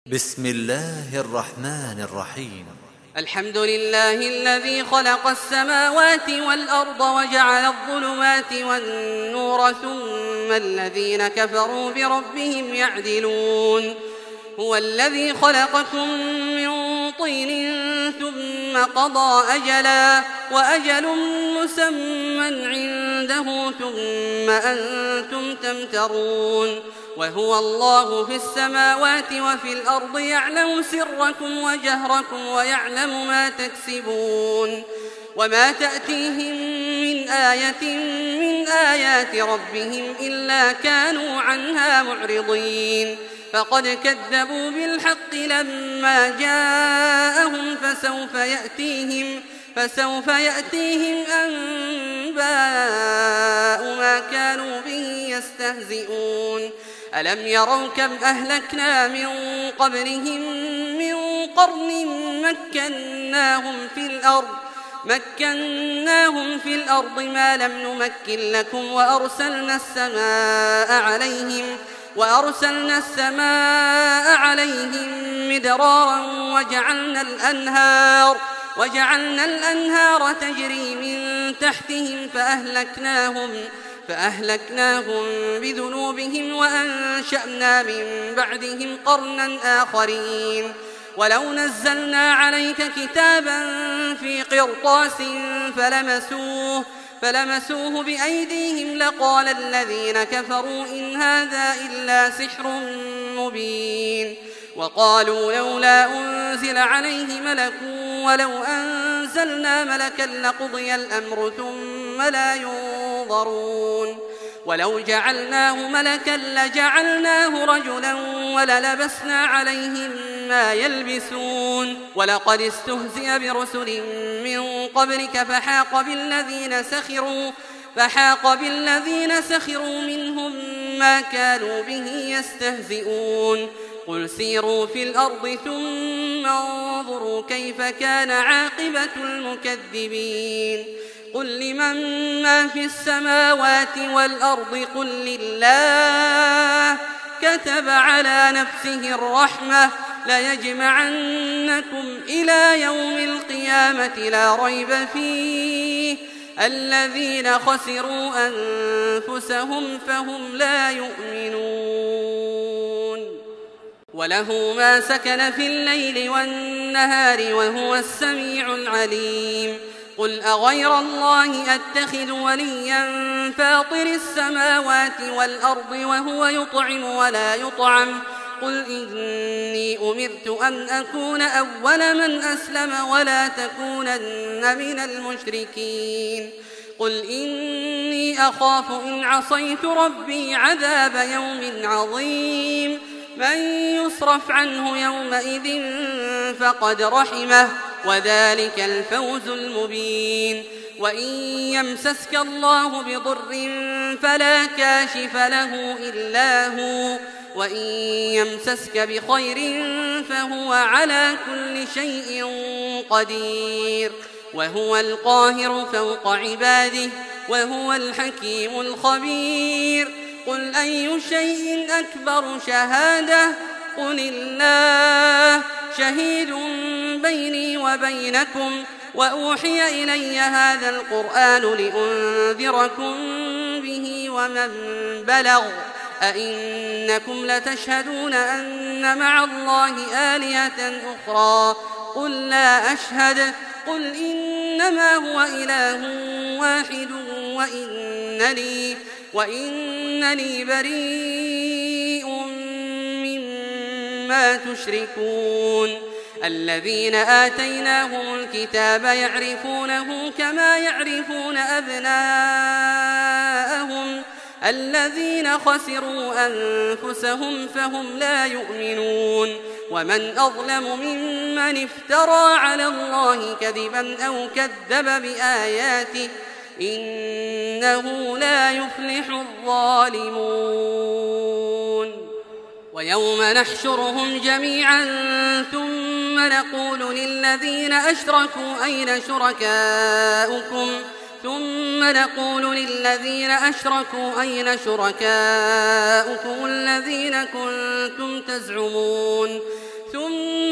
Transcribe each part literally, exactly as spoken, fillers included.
بسم الله الرحمن الرحيم. الحمد لله الذي خلق السماوات والأرض وجعل الظلمات والنور ثم الذين كفروا بربهم يعدلون. هو الذي خلقكم من طين ثم قضى أجلا وأجل مسمى عنده ثم أنتم تمترون. وهو الله في السماوات وفي الأرض يعلم سركم وجهركم ويعلم ما تكسبون. وما تأتيهم من آية من آيات ربهم إلا كانوا عنها معرضين. فقد كذبوا بالحق لما جاءهم فسوف يأتيهم فسوف يأتيهم أنباء ما كانوا به يستهزئون. ألم يروا كم أهلكنا من قبلهم من قرن مكناهم في الأرض مكناهم في الأرض ما لم نمكن لكم وأرسلنا السماء عليهم وأرسلنا السماء عليهم مدرارا وجعلنا الأنهار وجعلنا الأنهار تجري من تحتهم فأهلكناهم فأهلكناهم بذنوبهم وأنشأنا من بعدهم قرنا آخرين. ولو نزلنا عليك كتابا في قرطاس فلمسوه فلمسوه بأيديهم لقال الذين كفروا إن هذا إلا سحر مبين. وقالوا لولا أنزل عليه ملك ولو أنزلنا ملكا لقضي الأمر ثم لا ينظرون. ولو جعلناه ملكا لجعلناه رجلا وللبسنا عليهم ما يلبسون. ولقد استهزئ برسل من قبلك فحاق بالذين سخروا فحاق بالذين سخروا منهم ما كانوا به يستهزئون. قل سيروا في الأرض ثم انظروا كيف كان عاقبة المكذبين. قل لمن ما في السماوات والأرض قل لله كتب على نفسه الرحمة ليجمعنكم إلى يوم القيامة لا ريب فيه الذين خسروا أنفسهم فهم لا يؤمنون. وله ما سكن في الليل والنهار وهو السميع العليم. قل أغير الله أتخذ وليا فاطر السماوات والأرض وهو يطعم ولا يطعم قل إني أمرت أن أكون أول من أسلم ولا تكونن من المشركين. قل إني أخاف إن عصيت ربي عذاب يوم عظيم. من يصرف عنه يومئذ فقد رحمه وذلك الفوز المبين. وإن يمسسك الله بضر فلا كاشف له إلا هو وإن يمسسك بخير فهو على كل شيء قدير. وهو القاهر فوق عباده وهو الحكيم الخبير. قل أي شيء أكبر شهادة قل الله شهيد بيني وبينكم وأوحي إلي هذا القرآن لأنذركم به ومن بلغ أئنكم لتشهدون أن مع الله آلهة أخرى قل لا أشهد قل إنما هو إله واحد وإنني وإنني بريء مما تشركون. الذين آتيناهم الكتاب يعرفونه كما يعرفون أبناءهم الذين خسروا أنفسهم فهم لا يؤمنون. ومن أظلم ممن افترى على الله كذبا أو كذب بآياته إنه لا يفلح الظالمون. ويوم نحشرهم جميعا ثم نقول للذين أشركوا أين شركاؤكم ثم نقول للذين أشركوا أين شركاؤكم الذين كنتم تزعمون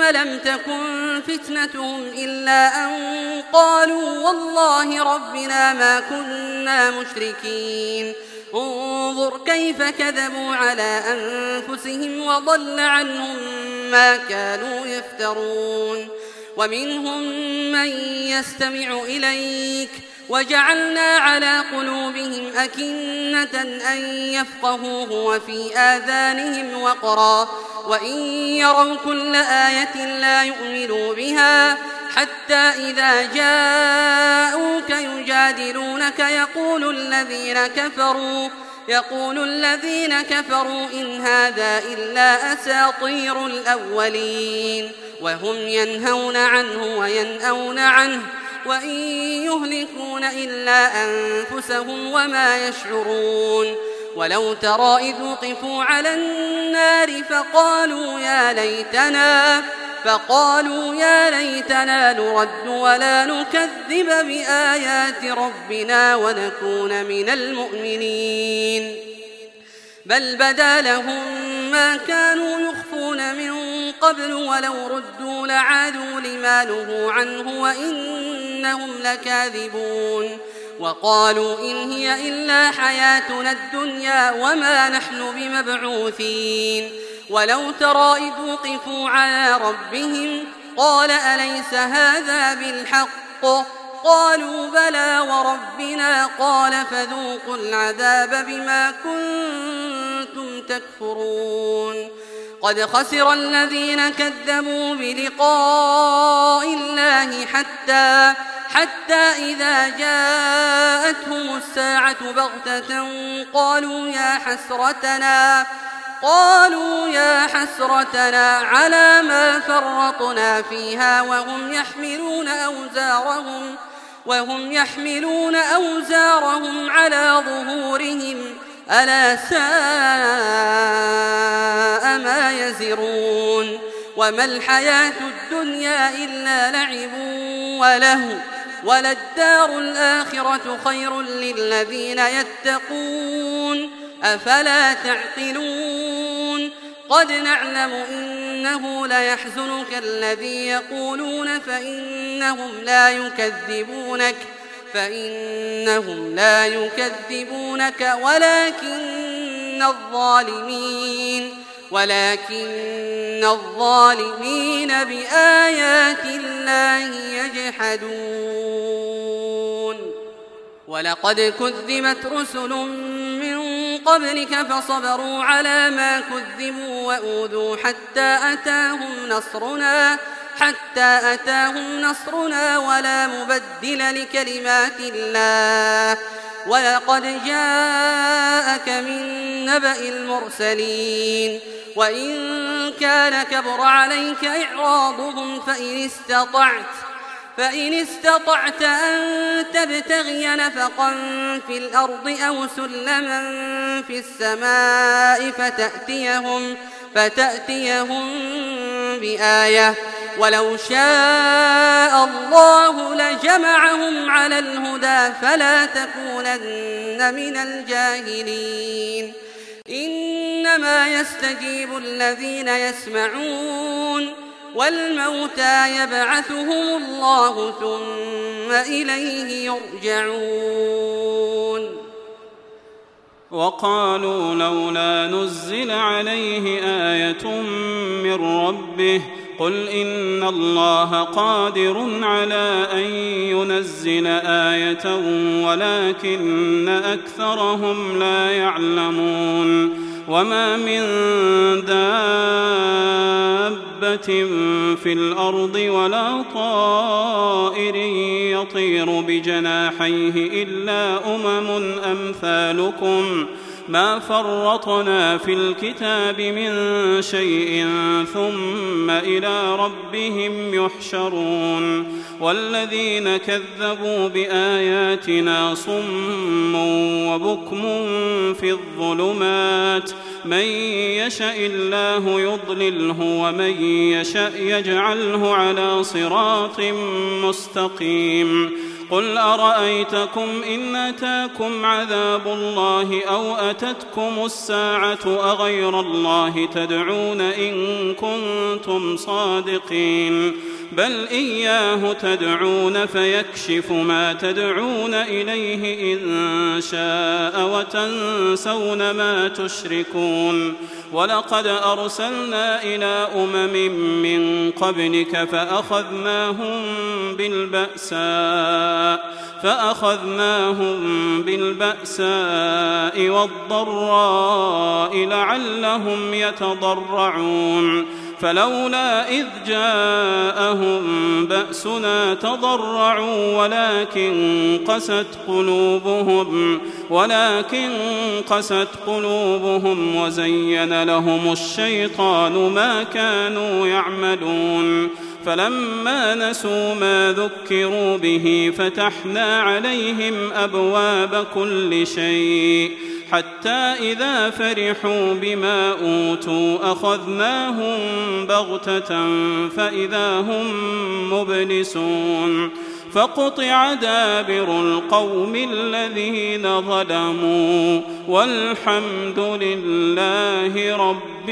لم تكن فتنتهم إلا أن قالوا والله ربنا ما كنا مشركين انظر كيف كذبوا على أنفسهم وضل عنهم ما كانوا يفترون ومنهم من يستمع إليك وجعلنا على قلوبهم أكنة أن يفقهوه وفي آذانهم وقرا وإن يروا كل آية لا يؤمنوا بها حتى إذا جاءوك يجادلونك يقول الذين كفروا يقول الذين كفروا إن هذا إلا أساطير الأولين وهم ينهون عنه وينأون عنه وإن يهلكون إلا أنفسهم وما يشعرون ولو ترى إذ وقفوا على النار فقالوا يا ليتنا فقالوا يا ليتنا نرد ولا نكذب بآيات ربنا ونكون من المؤمنين بل بدا لهم ما كانوا يخفون من قبل ولو ردوا لعادوا لما نهوا عنه وإنهم لكاذبون وقالوا إن هي إلا حياتنا الدنيا وما نحن بمبعوثين ولو ترى إذ وقفوا على ربهم قال أليس هذا بالحق قالوا بلى وربنا قال فذوقوا العذاب بما كنتم تكفرون قد خسر الذين كذبوا بلقاء الله حتى حتى إذا جاءتهم الساعة بغتة قالوا يا حسرتنا قالوا يا حسرتنا على ما فرطنا فيها وهم يحملون أوزارهم وهم يحملون أوزارهم على ظهورهم ألا ساء ما يزرون وما الحياة الدنيا إلا لعب ولهو وللدار الآخرة خير للذين يتقون أفلا تعقلون قد نعلم إنه ليحزنك الذي يقولون فإنهم لا يكذبونك فإنهم لا يكذبونك ولكن الظالمين ولكن الظالمين بآيات الله يجحدون ولقد كذبت رسل من قبلك فصبروا على ما كذبوا وأوذوا حتى أتاهم نصرنا حتى أتاهم نصرنا ولا مبدل لكلمات الله ولقد جاءك من نبأ المرسلين وإن كان كبر عليك إعراضهم فإن استطعت فإن استطعت أن تبتغي نفقا في الأرض أو سلما في السماء فتأتيهم فتأتيهم بآية ولو شاء الله لجمعهم على الهدى فلا تكونن من الجاهلين إنما يستجيب الذين يسمعون والموتى يبعثهم الله ثم إليه يرجعون وقالوا لولا نزل عليه آية من ربه قل إن الله قادر على أن ينزل آية ولكن أكثرهم لا يعلمون وما من دابة في الأرض ولا طائر يطير بجناحيه إلا أمم أمثالكم ما فرطنا في الكتاب من شيء ثم إلى ربهم يحشرون والذين كذبوا بآياتنا صم وبكم في الظلمات من يشاء الله يضلله ومن يشاء يجعله على صراط مستقيم قل أرأيتكم إن أتاكم عذاب الله أو أتتكم الساعة أغير الله تدعون إن كنتم صادقين بل إياه تدعون فيكشف ما تدعون إليه إن شاء وتنسون ما تشركون ولقد أرسلنا إلى أمم من قبلك فأخذناهم بالبأساء فأخذناهم بالبأساء والضراء لعلهم يتضرعون فلولا إذ جاءهم بأسنا تضرعوا ولكن قست قلوبهم ولكن قست قلوبهم وزين لهم الشيطان ما كانوا يعملون فلما نسوا ما ذكروا به فتحنا عليهم أبواب كل شيء حتى إذا فرحوا بما أوتوا أخذناهم بغتة فإذا هم مبلسون فقطع دابر القوم الذين ظلموا والحمد لله رب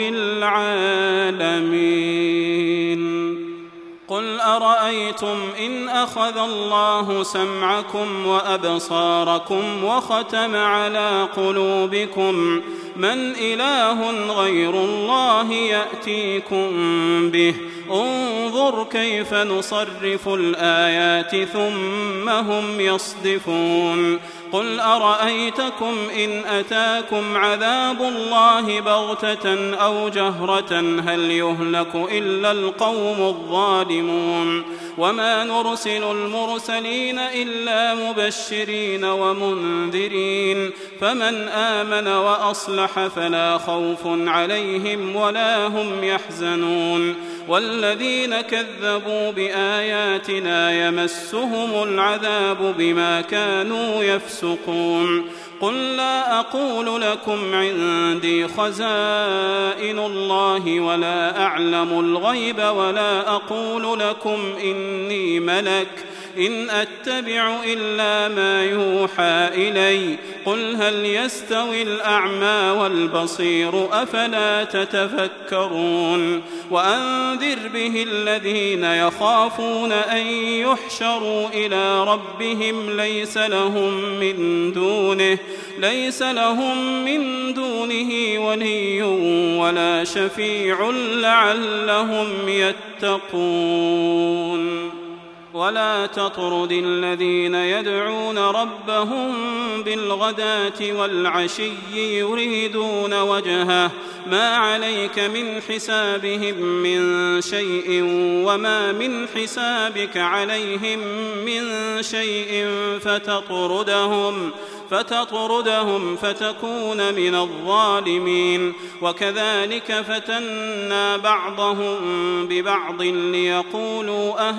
العالمين. قل أرأيتم إن أخذ الله سمعكم وأبصاركم وختم على قلوبكم من إله غير الله يأتيكم به انظر كيف نصرف الآيات ثم هم يصدفون قل أرأيتكم إن أتاكم عذاب الله بغتة أو جهرة هل يهلك إلا القوم الظالمون وما نرسل المرسلين إلا مبشرين ومنذرين فمن آمن وأصلح فلا خوف عليهم ولا هم يحزنون والذين كذبوا بآياتنا يمسهم العذاب بما كانوا يفسقون قل لا أقول لكم عندي خزائن الله ولا أعلم الغيب ولا أقول لكم إني ملك إن أتبع إلا ما يوحى إلي قل هل يستوي الأعمى والبصير أفلا تتفكرون وأنذر به الذين يخافون أن يحشروا إلى ربهم ليس لهم من دونه ليس لهم من دونه ولي ولا شفيع لعلهم يتقون ولا تطرد الذين يدعون ربهم بالغداة والعشي يريدون وجهه ما عليك من حسابهم من شيء وما من حسابك عليهم من شيء فتطردهم فتطردهم فتكون من الظالمين وكذلك فتنا بعضهم ببعض ليقولوا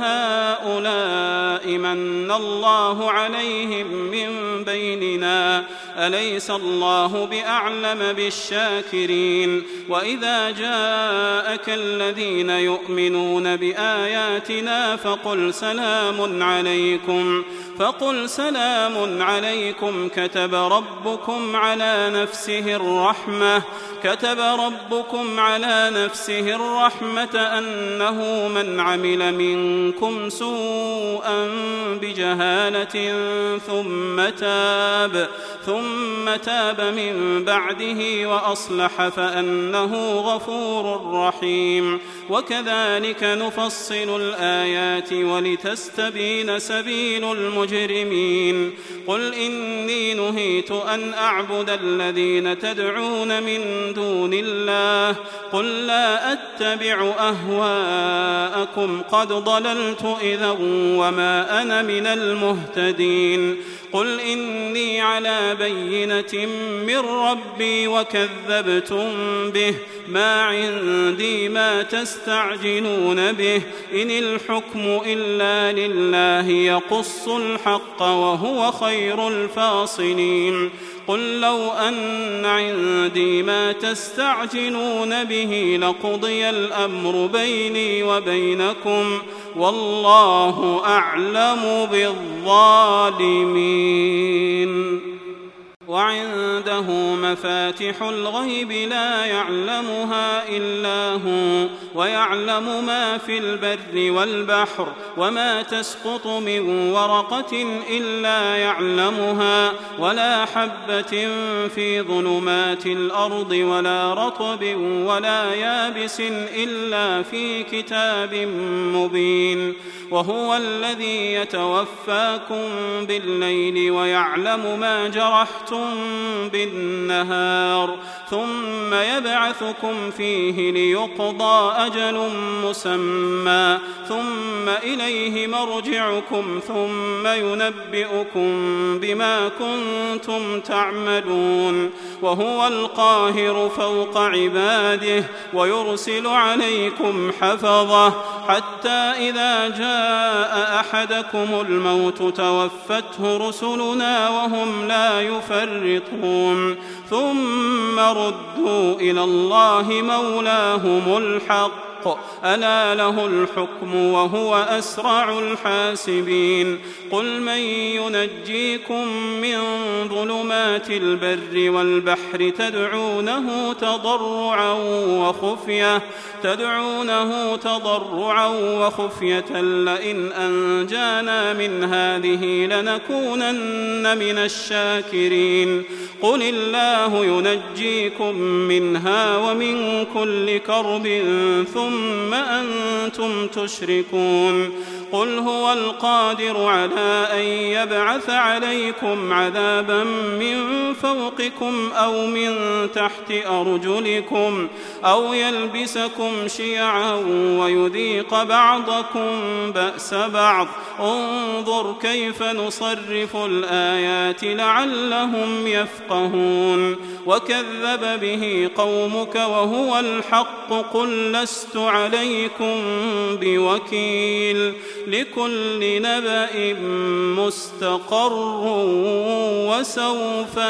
أهؤلاء من الله عليهم من بيننا أليس الله بأعلم بالشاكرين وإذا جاءك الذين يؤمنون بآياتنا فقل سلام عليكم فقل سلام عليكم كتب ربكم على نفسه الرحمة كتب ربكم على نفسه الرحمة أنه من عمل منكم سوءا بجهالة ثم تاب ثم تاب من بعده وأصلح فأنه غفور رحيم وكذلك نفصل الآيات ولتستبين سبيل المجرمين قل إني نهيت أن أعبد الذين تدعون من دون الله قل لا أتبع أهواءكم قد ضللت إذا وما أنا من المهتدين قل إني على بينة من ربي وكذبتم به ما عندي ما تستعجلون به إن الحكم إلا لله يقص الحق وهو خير الفاصلين قل لو أن عندي ما تستعجلون به لقضي الأمر بيني وبينكم والله أعلم بالظالمين. وعنده مفاتح الغيب لا يعلمها إلا هو ويعلم ما في البر والبحر وما تسقط من ورقة إلا يعلمها ولا حبة في ظلمات الأرض ولا رطب ولا يابس إلا في كتاب مبين. وهو الذي يتوفاكم بالليل ويعلم ما جرحتم بالنهار ثم يبعثكم فيه ليقضى أجل مسمى ثم إليه مرجعكم ثم ينبئكم بما كنتم تعملون. وهو القاهر فوق عباده ويرسل عليكم حفظة حتى إذا جاء أحدكم الموت توفته رسلنا وهم لا يفرطون ثم ردوا إلى الله مولاهم الحق ألا له الحكم وهو أسرع الحاسبين. قل من ينجيكم من ظلمات البر والبحر تدعونه تضرعا وخفية تدعونه تضرعا وخفية لئن أنجانا من هذه لنكونن من الشاكرين. قل الله ينجيكم منها ومن كل كرب ثم أنتم تشركون. قل هو القادر على أن يبعث عليكم عذابا من فوقكم أو من تحت أرجلكم أو يلبسكم شيعا ويذيق بعضكم بأس بعض. انظر كيف نصرف الآيات لعلهم يفقهون. وكذب به قومك وهو الحق قل لست عليكم بوكيل. لكل نبأ مستقر وسوف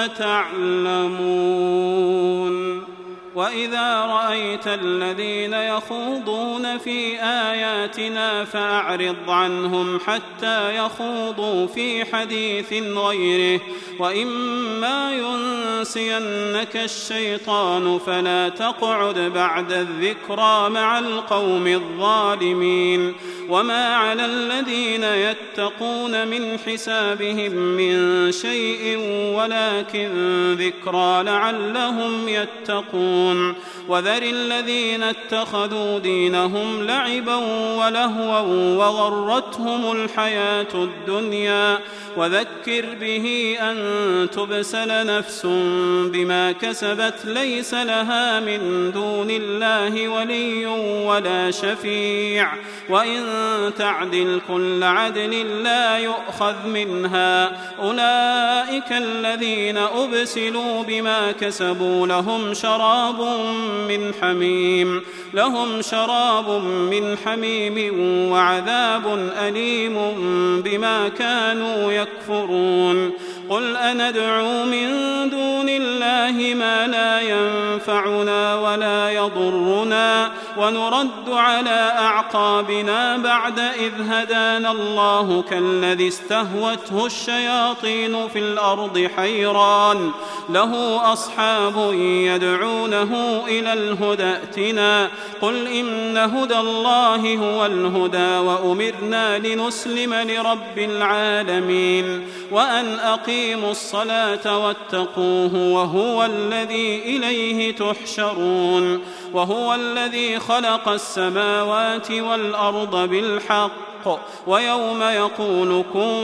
تعلمون. وإذا رأيت الذين يخوضون في آياتنا فأعرض عنهم حتى يخوضوا في حديث غيره وإما ينسينك الشيطان فلا تقعد بعد الذكرى مع القوم الظالمين. وما على الذين يتقون من حسابهم من شيء ولكن ذكرى لعلهم يتقون. وذر الذين اتخذوا دينهم لعبا ولهوا وغرتهم الحياة الدنيا وذكر به أن تبسل نفس بما كسبت ليس لها من دون الله ولي ولا شفيع وإن تعدل كل عدل لا يؤخذ منها. أولئك الذين أبسلوا بما كسبوا لهم شراب من حميم لهم شراب من حميم وعذاب أليم بما كانوا يكفرون. قل أندعو من دون الله ما لا ينفعنا ولا يضرنا ونرد على أعقابنا بعد إذ هدانا الله كالذي استهوته الشياطين في الأرض حيران له أصحاب يدعونه إلى الهدى ائتنا. قل إن هدى الله هو الهدى وأمرنا لنسلم لرب العالمين وأن أقيموا الصلاة واتقوه وهو الذي إليه تحشرون. وهو الذي خلق السماوات والأرض بالحق ويوم يقول كن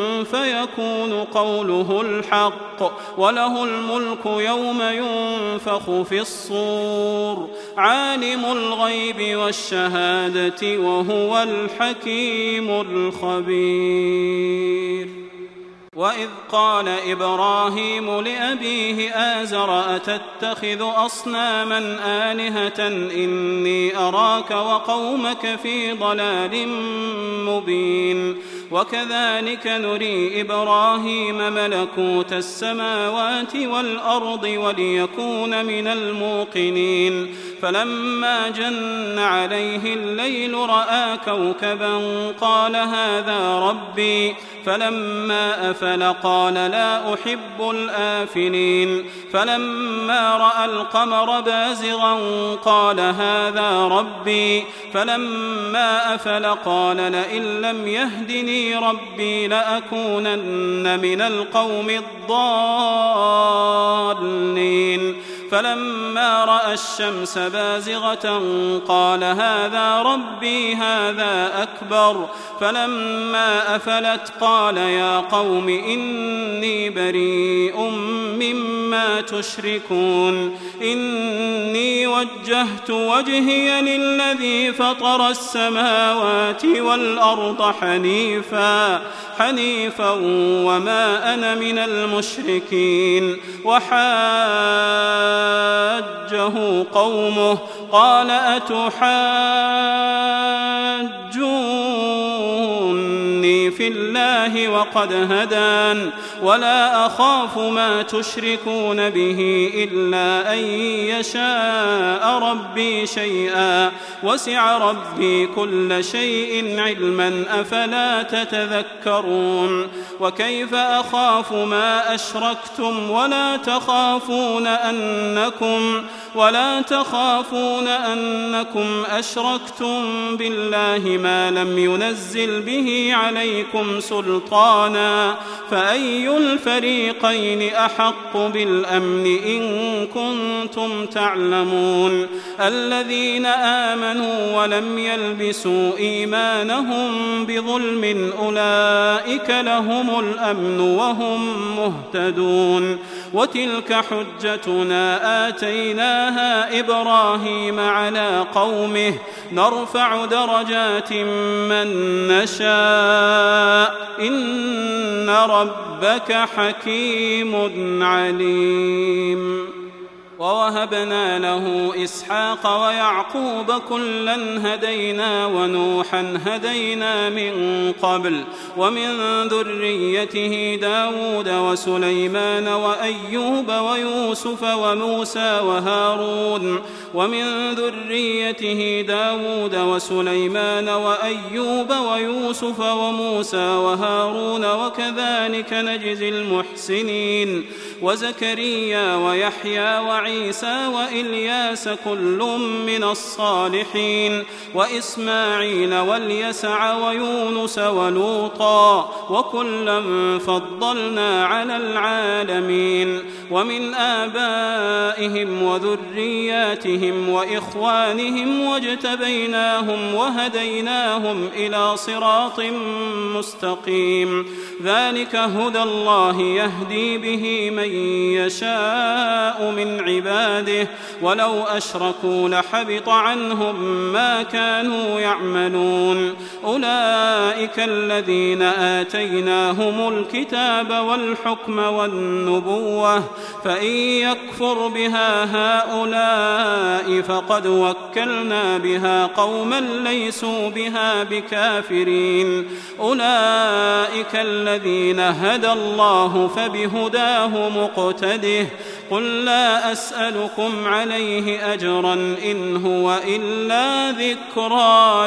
فيكون قوله الحق وله الملك يوم ينفخ في الصور عالم الغيب والشهادة وهو الحكيم الخبير. وإذ قال إبراهيم لأبيه آزر أتتخذ أصناما آلهة إني أراك وقومك في ضلال مبين وكذلك نري إبراهيم ملكوت السماوات والأرض وليكون من الموقنين فلما جن عليه الليل رأى كوكبا قال هذا ربي فلما أفل قال لا أحب الآفلين فلما رأى القمر بازغا قال هذا ربي فلما أفل قال لئن لم يهدني ربي لأكونن من القوم الضالين فلما رأى الشمس بازغة قال هذا ربي هذا أكبر فلما أفلت قال يا قوم إني بريء مما تشركون إني وجهت وجهي للذي فطر السماوات والأرض حنيفا حنيفا وما أنا من المشركين وحاجه قومه قال أتحاجوني في الله وقد هدان ولا أخاف ما تشركون به إلا أن يشاء ربي شيئا وسع ربي كل شيء علما أفلا تتذكرون وكيف أخاف ما أشركتم ولا تخافون أنكم ولا تخافون أنكم أشركتم بالله ما لم ينزل به عليكم سلطانا فأي الفريقين أحق بالأمن إن كنتم تعلمون الذين آمنوا ولم يلبسوا إيمانهم بظلم أولئك لهم الأمن وهم مهتدون وتلك حجتنا آتيناها إبراهيم على قومه نرفع درجات من نشاء إن ربك حكيم عليم ووهبنا له إسحاق ويعقوب كلا هدينا ونوحا هدينا من قبل ومن ذريته داود وسليمان وأيوب ويوسف وموسى وهارون ومن ذريته داود وسليمان وأيوب ويوسف وموسى وهارون وكذلك نجزي المحسنين وزكريا ويحيى وعيسى وإلياس كل من الصالحين وإسماعيل واليسع ويونس ولوطا وكلا فضلنا على العالمين ومن آبائهم وذرياتهم وإخوانهم واجتبيناهم وهديناهم إلى صراط مستقيم ذلك هدى الله يهدي به من يشاء من عباده ولو أشركوا لحبط عنهم ما كانوا يعملون أولئك الذين آتيناهم الكتاب والحكم والنبوة فإن يكفر بها هؤلاء فقد وكلنا بها قوما ليسوا بها بكافرين أولئك الذين هدى الله فبهداه مقتده قل لا أسألكم عليه أجرا إن هو إلا ذكرى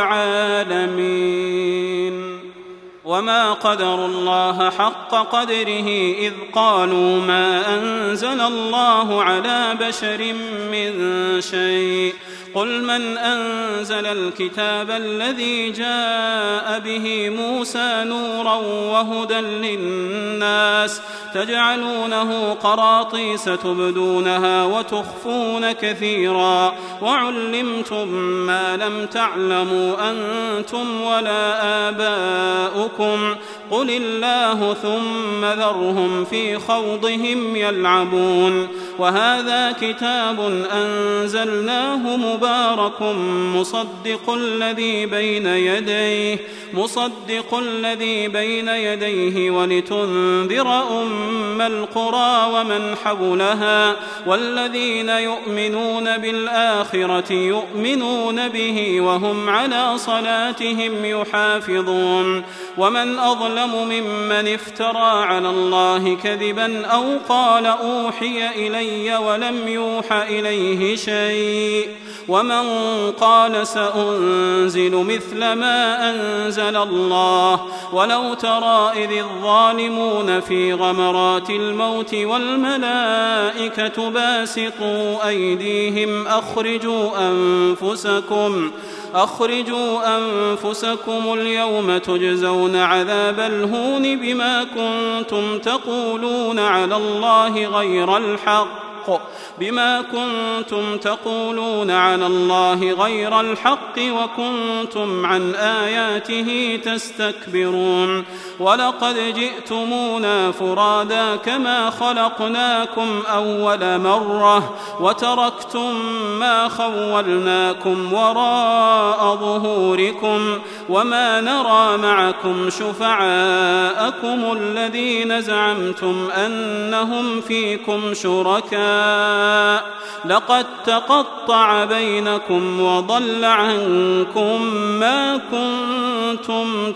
للعالمين وما قدروا الله حق قدره إذ قالوا ما أنزل الله على بشر من شيء قل من أنزل الكتاب الذي جاء به موسى نورا وهدى للناس تجعلونه قراطيس تبدونها وتخفون كثيرا وعلمتم ما لم تعلموا أنتم ولا آباؤكم قل الله ثم ذرهم في خوضهم يلعبون وهذا كتاب أنزلناه مبارك مصدق الذي بين يديه مصدق الذي بين يديه ولتنذر أم القرى ومن حولها والذين يؤمنون بالآخرة يؤمنون به وهم على صلاتهم يحافظون ومن أظلم ممن افترى على الله كذبا أو قال أوحي إلي ولم يوح إليه شيء ومن قال سأنزل مثل ما أنزل الله ولو ترى إذ الظالمون في غمرات الموت والملائكة باسطوا أيديهم أخرجوا أنفسكم أخرجوا أنفسكم اليوم تجزون عذاب الهون بما كنتم تقولون على الله غير الحق بما كنتم تقولون على الله غير الحق وكنتم عن آياته تستكبرون ولقد جئتمونا فرادا كما خلقناكم أول مرة وتركتم ما خولناكم وراء ظهوركم وما نرى معكم شفعاءكم الذين زعمتم أنهم فيكم شركاء لقد تقطع بينكم وضل عنكم ما كنتم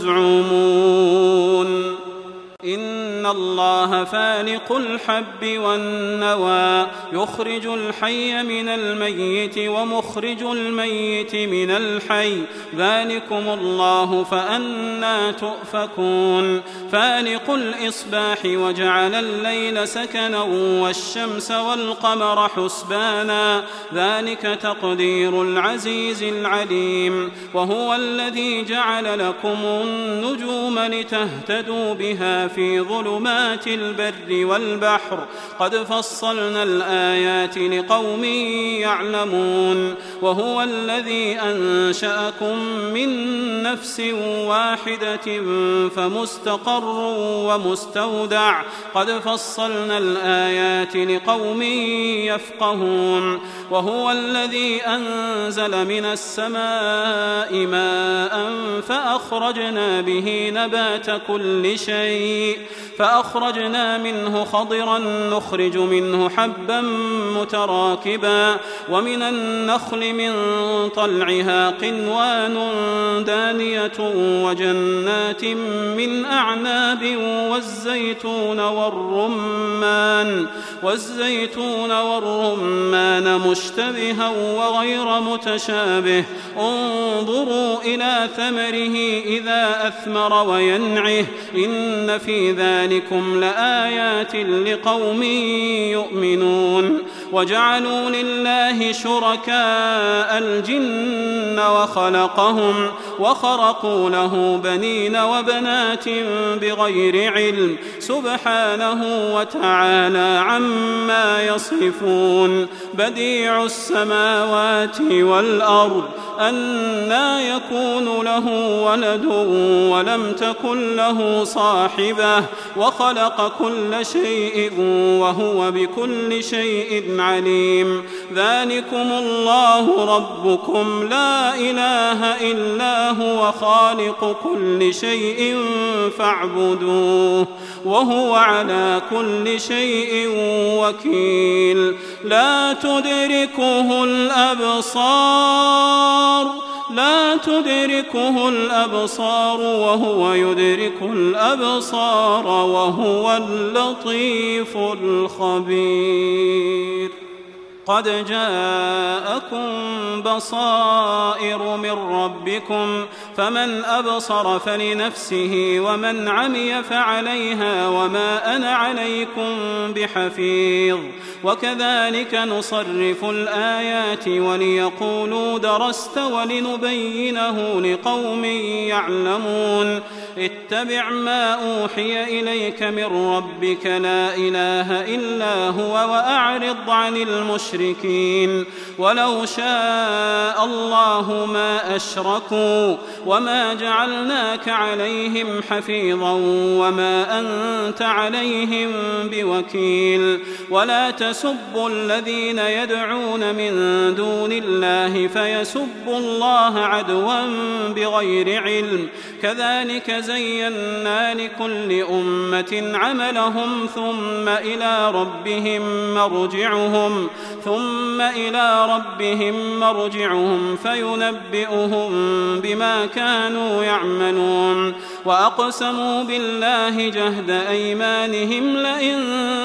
تزعمون إن الله فالق الحب والنوى يخرج الحي من الميت ومخرج الميت من الحي ذلكم الله فأنى تؤفكون فالق الإصباح وجعل الليل سكنا والشمس والقمر حسبانا ذلك تقدير العزيز العليم وهو الذي جعل لكم النجوم لتهتدوا بها في ظلمات البر والبحر قد فصلنا الآيات لقوم يعلمون وهو الذي أنشأكم من نفس واحدة فمستقر ومستودع قد فصلنا الآيات لقوم يفقهون وهو الذي أنزل من السماء ماء فأخرجنا به نبات كل شيء فأخرجنا منه خضرا نخرج منه حبا متراكبا ومن النخل من طلعها قنوان دانية وجنات من أعناب والزيتون والرمان والزيتون والرمان مشتبها وغير متشابه انظروا إلى ثمره إذا أثمر وينعه إن في ذلكم لآيات لقوم يؤمنون وجعلوا لله شركاء الجن وخلقهم وخرقوا له بنين وبنات بغير علم سبحانه وتعالى عما يصفون بديع السماوات والأرض أنى يكون له ولد ولم تكن له صاحبة وخلق كل شيء وهو بكل شيء عليم ذلكم الله ربكم لا إله إلا هو خالق كل شيء فاعبدوه وهو على كل شيء وكيل لا تدركه الأبصار لا تدركه الأبصار وهو يدرك الأبصار وهو اللطيف الخبير قد جاءكم بصائر من ربكم فمن أبصر فلنفسه ومن عمي فعليها وما أنا عليكم بحفيظ وكذلك نصرف الآيات وليقولوا درست ولنبينه لقوم يعلمون اتبع ما أوحي إليك من ربك لا إله إلا هو وأعرض عن المشركين ولو شاء الله ما أشركوا وما جعلناك عليهم حفيظا وما أنت عليهم بوكيل ولا تسبوا الذين يدعون من دون الله فيسبوا الله عدوا بغير علم كذلك زينا لكل أمة عملهم ثم إلى ربهم مرجعهم ثم إلى ربهم مرجعهم فينبئهم بما كانوا يعملون وأقسموا بالله جهد أيمانهم لئن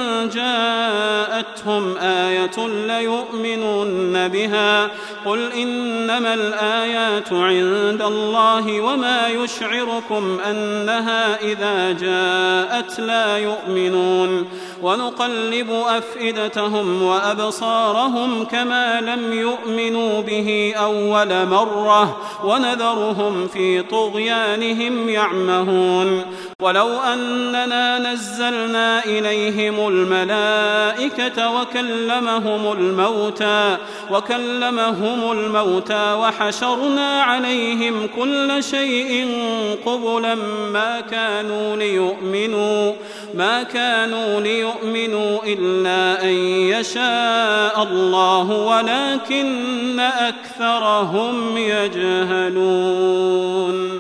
جاءتهم آية ليؤمنون بها قل إنما الآيات عند الله وما يشعركم أنها إذا جاءت لا يؤمنون ونقلب أفئدتهم وأبصارهم كما لم يؤمنوا به أول مرة ونذرهم في طغيانهم يعمهون ولو أننا نزلنا إليهم الملائكة وكلمهم الموتى وكلمهم الموتى وحشرنا عليهم كل شيء قبلا ما كانوا ليؤمنوا ما كانوا ليؤمنوا إلا أن يشاء الله ولكن أكثرهم يجهلون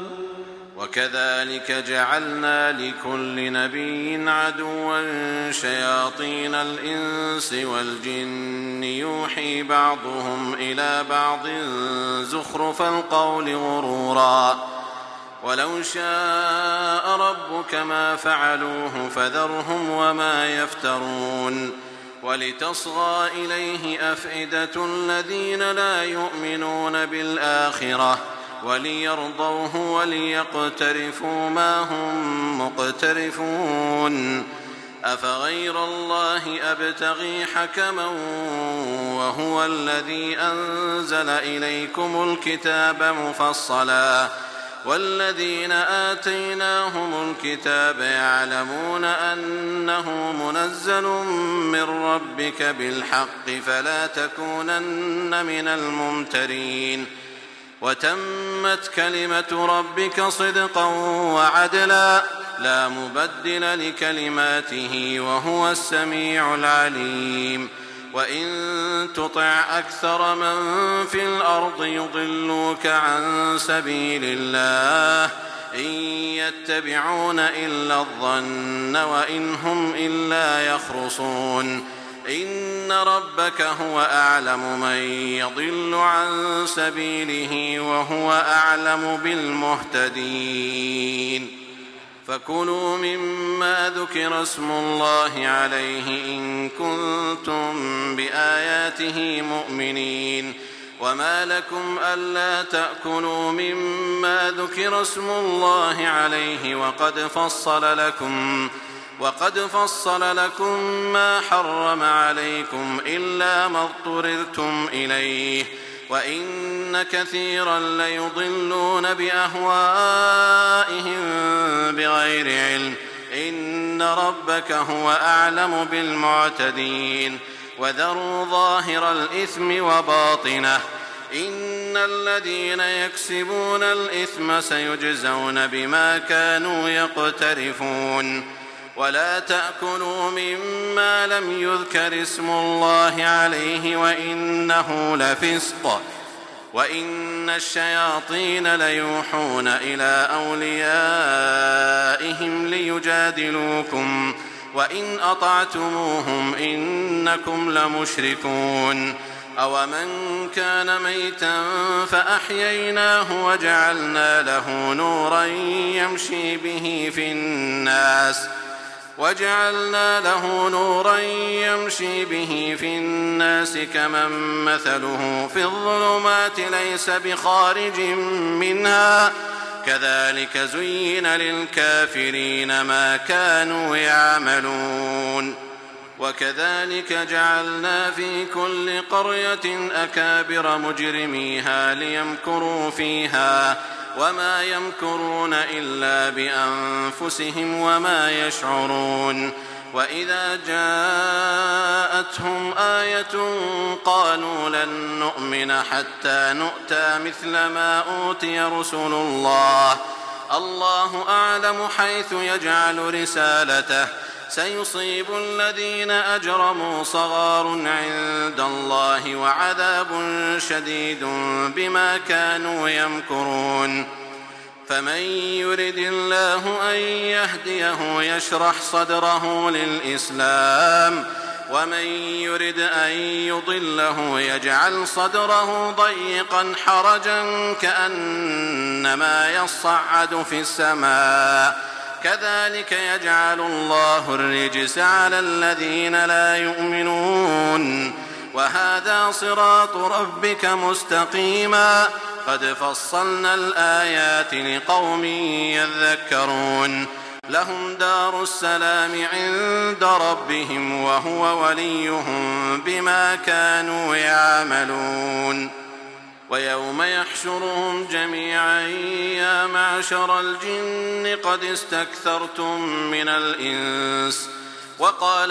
وكذلك جعلنا لكل نبي عدوا شياطين الإنس والجن يوحي بعضهم إلى بعض زخرف القول غرورا ولو شاء ربك ما فعلوه فذرهم وما يفترون ولتصغى إليه أفئدة الذين لا يؤمنون بالآخرة وليرضوه وليقترفوا ما هم مقترفون أفغير الله أبتغي حكما وهو الذي أنزل إليكم الكتاب مفصلا والذين آتيناهم الكتاب يعلمون أنه منزل من ربك بالحق فلا تكونن من الممترين وتمت كلمة ربك صدقا وعدلا لا مبدل لكلماته وهو السميع العليم وإن تطع أكثر من في الأرض يضلوك عن سبيل الله إن يتبعون إلا الظن وإن هم إلا يخرصون إن ربك هو أعلم من يضل عن سبيله وهو أعلم بالمهتدين فكلوا مما ذكر اسم الله عليه إن كنتم بآياته مؤمنين وما لكم ألا تأكلوا مما ذكر اسم الله عليه وقد فصل لكم وقد فصل لكم ما حرم عليكم إلا ما اضطررتم إليه وإن كثيرا ليضلون بأهوائهم بغير علم إن ربك هو أعلم بالمعتدين وذروا ظاهر الإثم وباطنه إن الذين يكسبون الإثم سيجزون بما كانوا يقترفون ولا تأكلوا مما لم يذكر اسم الله عليه وإنه لفسق وإن الشياطين ليوحون إلى أوليائهم ليجادلوكم وإن أطعتموهم إنكم لمشركون أومن كان ميتا فأحييناه وجعلنا له نورا يمشي به في الناس وجعلنا له نورا يمشي به في الناس كمن مثله في الظلمات ليس بخارج منها كذلك زين للكافرين ما كانوا يعملون وكذلك جعلنا في كل قرية أكابر مجرميها ليمكروا فيها وما يمكرون إلا بأنفسهم وما يشعرون. وإذا جاءتهم آية قالوا لن نؤمن حتى نؤتى مثل ما أوتي رسل الله الله أعلم حيث يجعل رسالته سيصيب الذين أجرموا صغار عند الله وعذاب شديد بما كانوا يمكرون. فمن يرد الله أن يهديه يشرح صدره للإسلام ومن يرد أن يضله يجعل صدره ضيقا حرجا كأنما يصعد في السماء كذلك يجعل الله الرجس على الذين لا يؤمنون. وهذا صراط ربك مستقيما قد فصلنا الآيات لقوم يذكرون. لهم دار السلام عند ربهم وهو وليهم بما كانوا يعملون. ويوم يحشرهم جميعا يا معشر الجن قد استكثرتم من الإنس وقال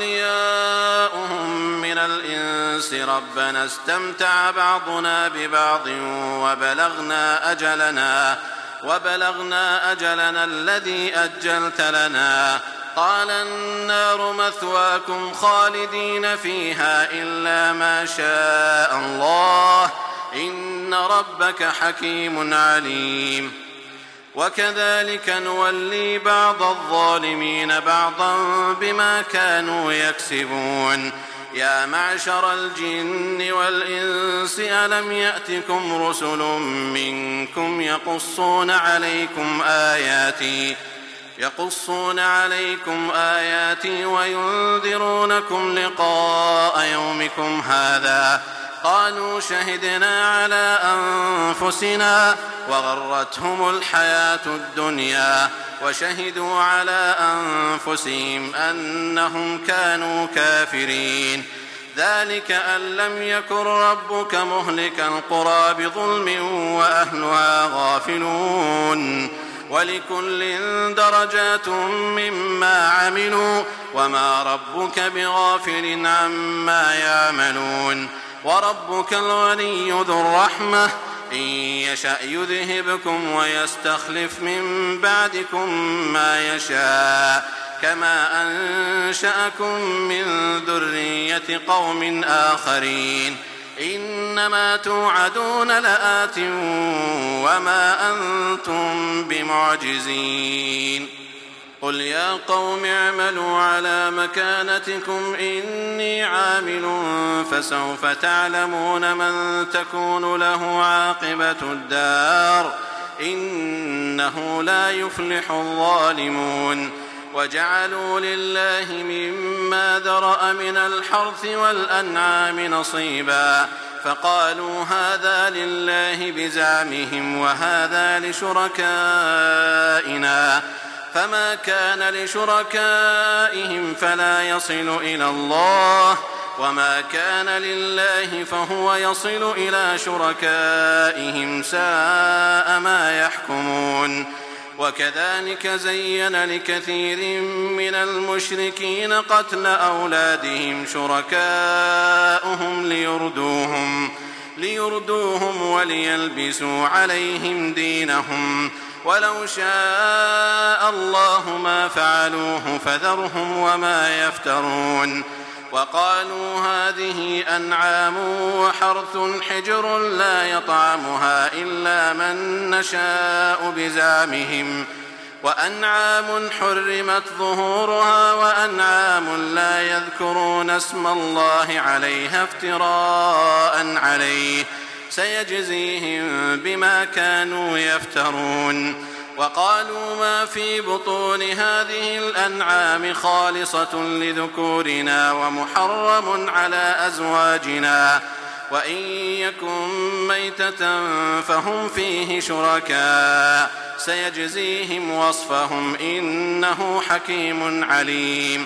أولياؤهم من الإنس ربنا استمتع بعضنا ببعض وبلغنا أجلنا وبلغنا أجلنا الذي أجلت لنا قال النار مثواكم خالدين فيها إلا ما شاء الله إن ربك حكيم عليم. وكذلك نولي بعض الظالمين بعضا بما كانوا يكسبون. يا معشر الجن والإنس ألم يأتكم رسل منكم يقصون عليكم آياتي يقصون عليكم آياتي وينذرونكم لقاء يومكم هذا قالوا شهدنا على أنفسنا وغرتهم الحياة الدنيا وشهدوا على أنفسهم أنهم كانوا كافرين. ذلك أن لم يكن ربك مهلك القرى بظلم وأهلها غافلون. ولكل درجات مما عملوا وما ربك بغافل عما يعملون. وربك الغني ذو الرحمة إن يشأ يذهبكم ويستخلف من بعدكم ما يشاء كما أنشأكم من ذرية قوم آخرين. إنما توعدون لآت وما أنتم بمعجزين. قل يا قوم اعملوا على مكانتكم إني عامل فسوف تعلمون من تكون له عاقبة الدار إنه لا يفلح الظالمون. وجعلوا لله مما ذرأ من الحرث والأنعام نصيبا فقالوا هذا لله بزعمهم وهذا لشركائنا فما كان لشركائهم فلا يصل إلى الله وما كان لله فهو يصل إلى شركائهم ساء ما يحكمون. وكذلك زين لكثير من المشركين قتل أولادهم شركاؤهم ليردوهم, ليردوهم وليلبسوا عليهم دينهم ولو شاء الله ما فعلوه فذرهم وما يفترون. وقالوا هذه أنعام وحرث حجر لا يطعمها إلا من نشاء بزعمهم وأنعام حرمت ظهورها وأنعام لا يذكرون اسم الله عليها افتراء عليه سيجزيهم بما كانوا يفترون. وقالوا ما في بطون هذه الأنعام خالصة لذكورنا ومحرم على أزواجنا وإن يكن ميتة فهم فيه شركاء سيجزيهم وصفهم إنه حكيم عليم.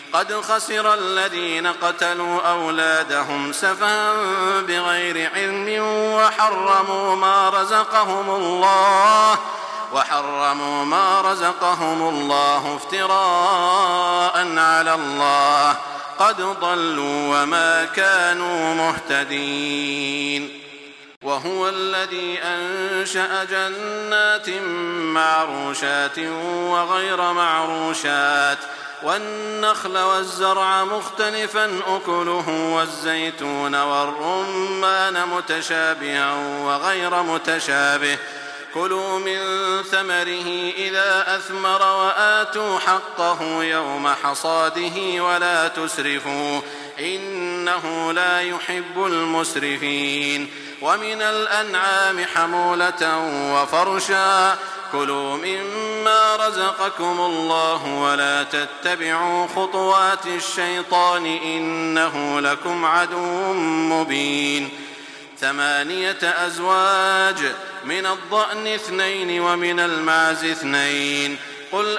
قد خسر الذين قتلوا أولادهم سفها بغير علم وحرموا ما رزقهم الله وحرموا ما رزقهم الله افتراء على الله قد ضلوا وما كانوا مهتدين. وهو الذي أنشأ جنات معروشات وغير معروشات والنخل والزرع مختلفا أكله والزيتون والرمان متشابها وغير متشابه كلوا من ثمره إذا أثمر وآتوا حقه يوم حصاده ولا تسرفوا إنه لا يحب المسرفين. ومن الأنعام حمولة وفرشا كلوا مما رزقكم الله ولا تتبعوا خطوات الشيطان إنه لكم عدو مبين. ثمانية أزواج من الضأن اثنين ومن المعز اثنين قل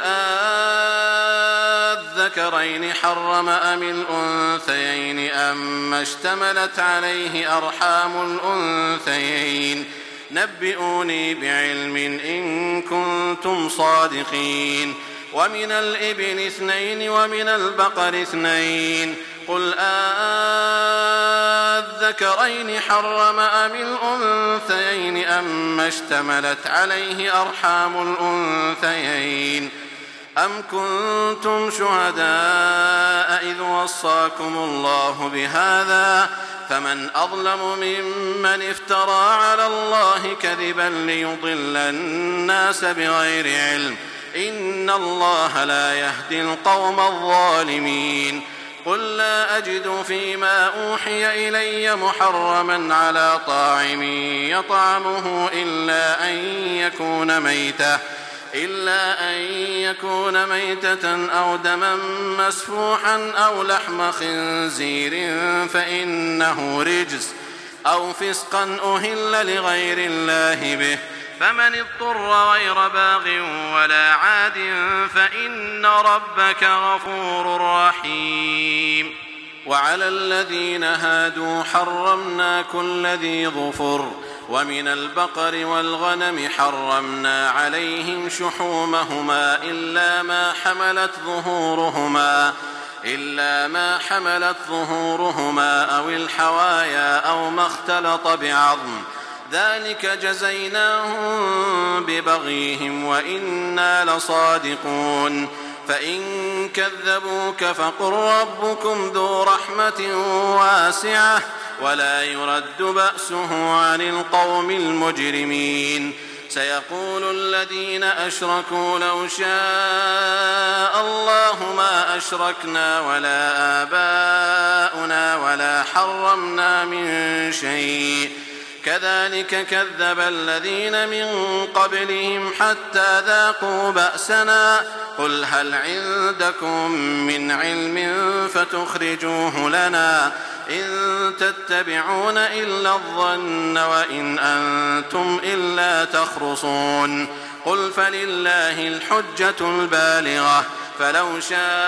أذكرين حرم أم الأنثيين أما اشتملت عليه أرحام الأنثيين نبئوني بعلم إن كنتم صادقين. ومن الإبل اثنين ومن البقر اثنين قل أذكرين حرم أم الأنثيين أما اشتملت عليه أرحام الأنثيين أم كنتم شهداء إذ وصاكم الله بهذا فمن أظلم ممن افترى على الله كذبا ليضل الناس بغير علم إن الله لا يهدي القوم الظالمين. قل لا أجد فيما أوحي إلي محرما على طاعم يطعمه إلا أن يكون ميتة إلا أن يكون ميتة أو دما مسفوحا أو لحم خنزير فإنه رجس أو فسقا أهل لغير الله به فمن اضطر غير باغ ولا عاد فإن ربك غفور رحيم. وعلى الذين هادوا حرمنا كل ذي ظفر ومن البقر والغنم حرمنا عليهم شحومهما إلا ما حملت ظهورهما إلا ما حملت ظهورهما أو الحوايا أو ما اختلط بعظم ذلك جزيناهم ببغيهم وإنا لصادقون. فإن كذبوك فقل ربكم ذو رحمة واسعة ولا يرد بأسه عن القوم المجرمين. سيقول الذين أشركوا لو شاء الله ما أشركنا ولا آباؤنا ولا حرمنا من شيء كذلك كذب الذين من قبلهم حتى ذاقوا بأسنا قل هل عندكم من علم فتخرجوه لنا إن تتبعون إلا الظن وإن أنتم إلا تخرصون. قل فلله الحجة البالغة فلو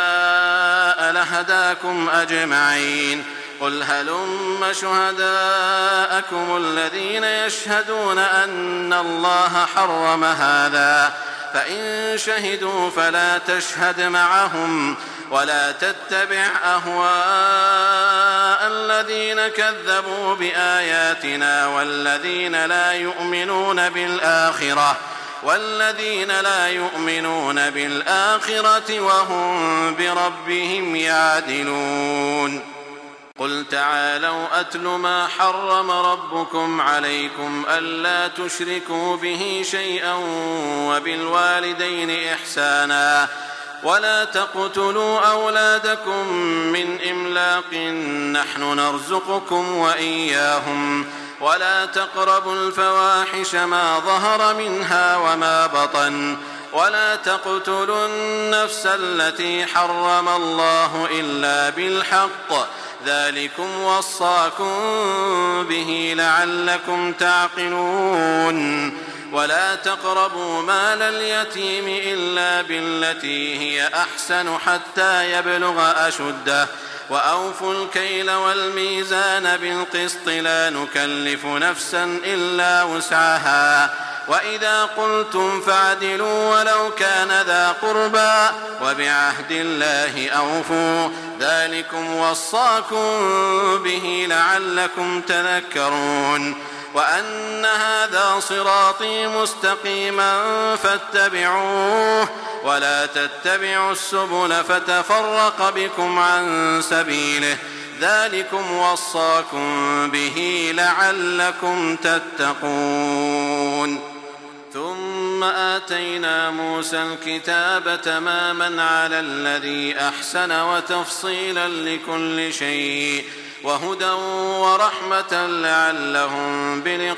شاء لهداكم أجمعين. قل هلم شهداءكم الذين يشهدون أن الله حرم هذا فإن شهدوا فلا تشهد معهم ولا تتبع أهواء الذين كذبوا بآياتنا والذين لا يؤمنون بالآخرة والذين لا يؤمنون بالآخرة وهم بربهم يعدلون. قل تعالوا أتل ما حرم ربكم عليكم ألا تشركوا به شيئا وبالوالدين إحسانا ولا تقتلوا أولادكم من إملاق نحن نرزقكم وإياهم ولا تقربوا الفواحش ما ظهر منها وما بطن ولا تقتلوا النفس التي حرم الله إلا بالحق ذلكم وصاكم به لعلكم تعقلون. ولا تقربوا مال اليتيم إلا بالتي هي أحسن حتى يبلغ أشده وأوفوا الكيل والميزان بالقسط لا نكلف نفسا إلا وسعها وإذا قلتم فاعدلوا ولو كان ذا قربى وبعهد الله أوفوا ذلكم وصاكم به لعلكم تذكرون وأن هذا صراطي مستقيما فاتبعوه ولا تتبعوا السبل فتفرق بكم عن سبيله ذلكم وصاكم به لعلكم تتقون ثم آتينا موسى الكتاب تماما على الذي أحسن وتفصيلا لكل شيء وهدى ورحمة لعلهم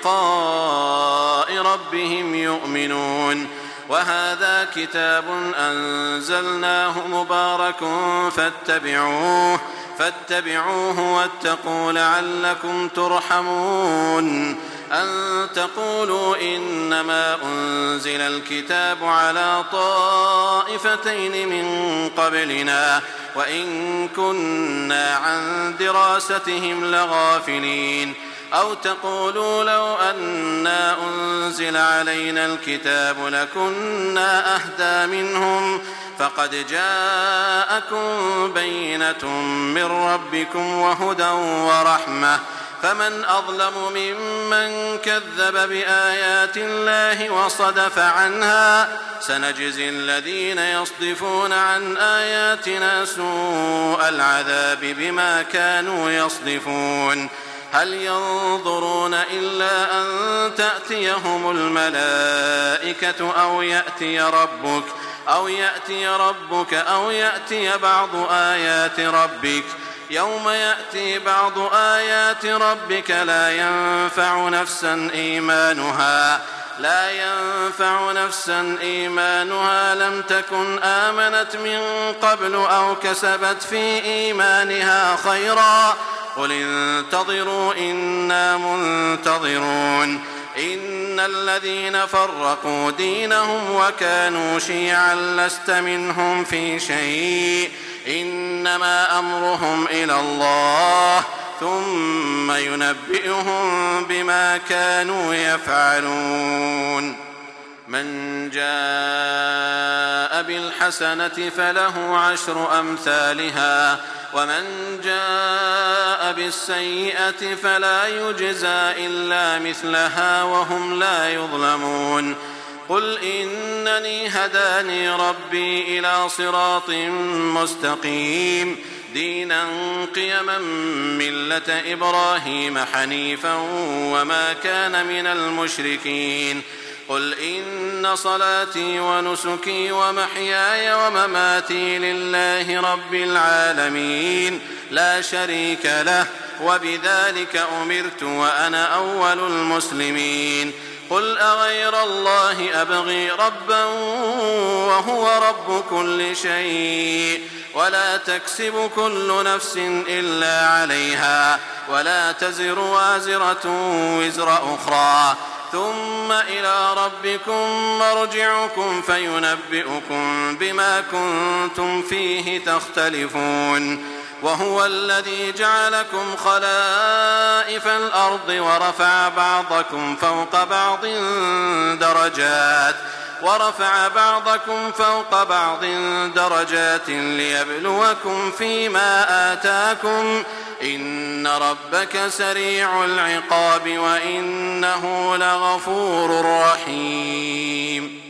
بلقاء ربهم يؤمنون وهذا كتاب أنزلناه مبارك فاتبعوه فاتبعوه واتقوا لعلكم ترحمون أن تقولوا إنما أنزل الكتاب على طائفتين من قبلنا وإن كنا عن دراستهم لغافلين أو تقولوا لو أنا أنزل علينا الكتاب لكنا أهدى منهم فقد جاءكم بينة من ربكم وهدى ورحمة فمن أظلم ممن كذب بآيات الله وصدف عنها سنجزي الذين يصدفون عن آياتنا سوء العذاب بما كانوا يصدفون هل ينظرون إلا أن تأتيهم الملائكة أو يأتي ربك أو يأتي ربك أو يأتي بعض آيات ربك يوم يأتي بعض آيات ربك لا ينفع نفسا إيمانها لا ينفع نفسا إيمانها لم تكن آمنت من قبل أو كسبت في إيمانها خيرا قل انتظروا إنا منتظرون إن الذين فرقوا دينهم وكانوا شيعا لست منهم في شيء إنما أمرهم إلى الله ثم ينبئهم بما كانوا يفعلون من جاء بالحسنة فله عشر أمثالها ومن جاء بالسيئة فلا يجزى إلا مثلها وهم لا يظلمون قل إنني هداني ربي إلى صراط مستقيم دينا قيما ملة إبراهيم حنيفا وما كان من المشركين قل إن صلاتي ونسكي ومحياي ومماتي لله رب العالمين لا شريك له وبذلك أمرت وأنا أول المسلمين قل أغير الله أبغي ربا وهو رب كل شيء ولا تكسب كل نفس إلا عليها ولا تزر وازرة وزر أخرى ثم إلى ربكم مرجعكم فينبئكم بما كنتم فيه تختلفون وهو الذي جعلكم خلائف الأرض ورفع بعضكم فوق بعض درجات ورفع بعضكم فوق بعض درجات ليبلوكم فيما آتاكم إن ربك سريع العقاب وإنه لغفور رحيم